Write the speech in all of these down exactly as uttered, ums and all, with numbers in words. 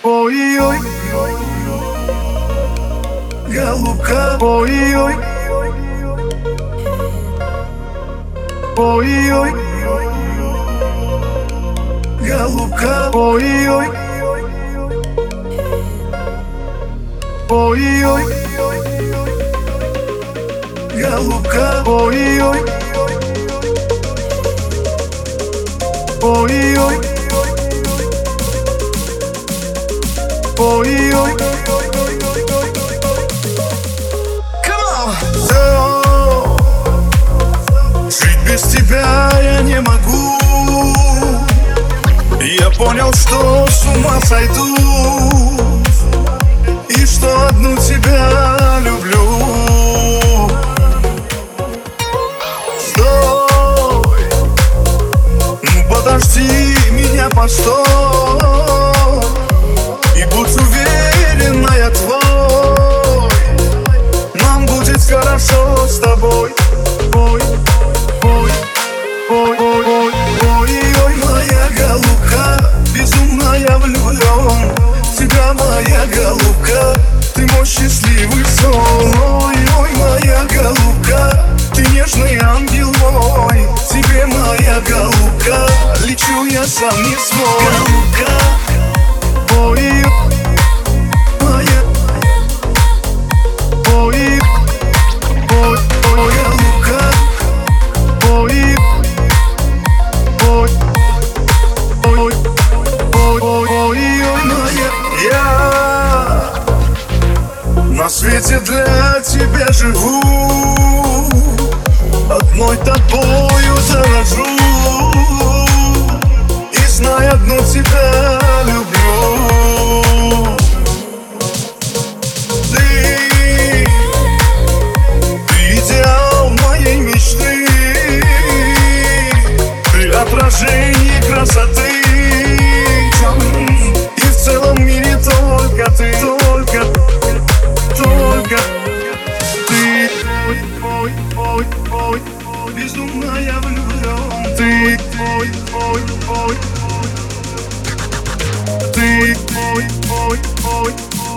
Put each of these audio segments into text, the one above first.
Ой-ой, голубка, ой-ой, ой-ой, голубка, ой-ой, ой-ой, голубка, ой-ой, ой-ой, ой-ой. Жить без тебя я не могу. Я понял, что с ума сойду, и что одну тебя люблю. Стой, подожди меня, постой, и будь уверена, я твой. Нам будет хорошо с тобой. Ой, ой, ой, ой, ой, ой, ой, моя голубка, безумно я влюблен в тебя, моя голубка, ты мой счастливый сон. Ой, ой, моя голубка, ты нежный ангел мой, тебе, моя голубка, лечу я сам не свой. Голубка, ой, моя, ой, ой, ой, голубка, ой, ой, ой, ой, ой, ой, моя. Я на свете для тебя живу, одной тобою дорожу, и знай, одну тебя люблю. Ты, ты идеал моей мечты, ты отражение красоты, и в целом мире только ты, только, только ты. Ой, ой, ой, ой, безумно я влюблен. Ты, ой, ой, ой, ты, ой, ой, ой,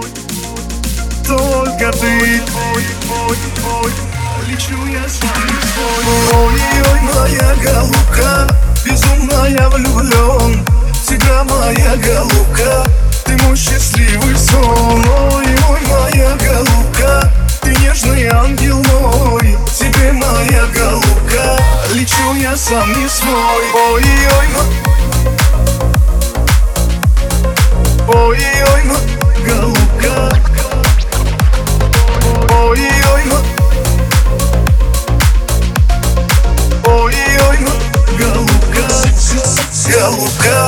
только ты. Ой, ой, ой, лечу я сам не свой. Ой, ой, моя голубка, безумно я влюблен в тебя, моя голубка, ты мой счастливый сон. Ой, ой, моя голубка, ты нежный ангел мой, тебе, моя голубка, лечу я сам не свой. Ой, ой, ой, ой, голубка, ой, ой, ой, ой, голубка, голубка.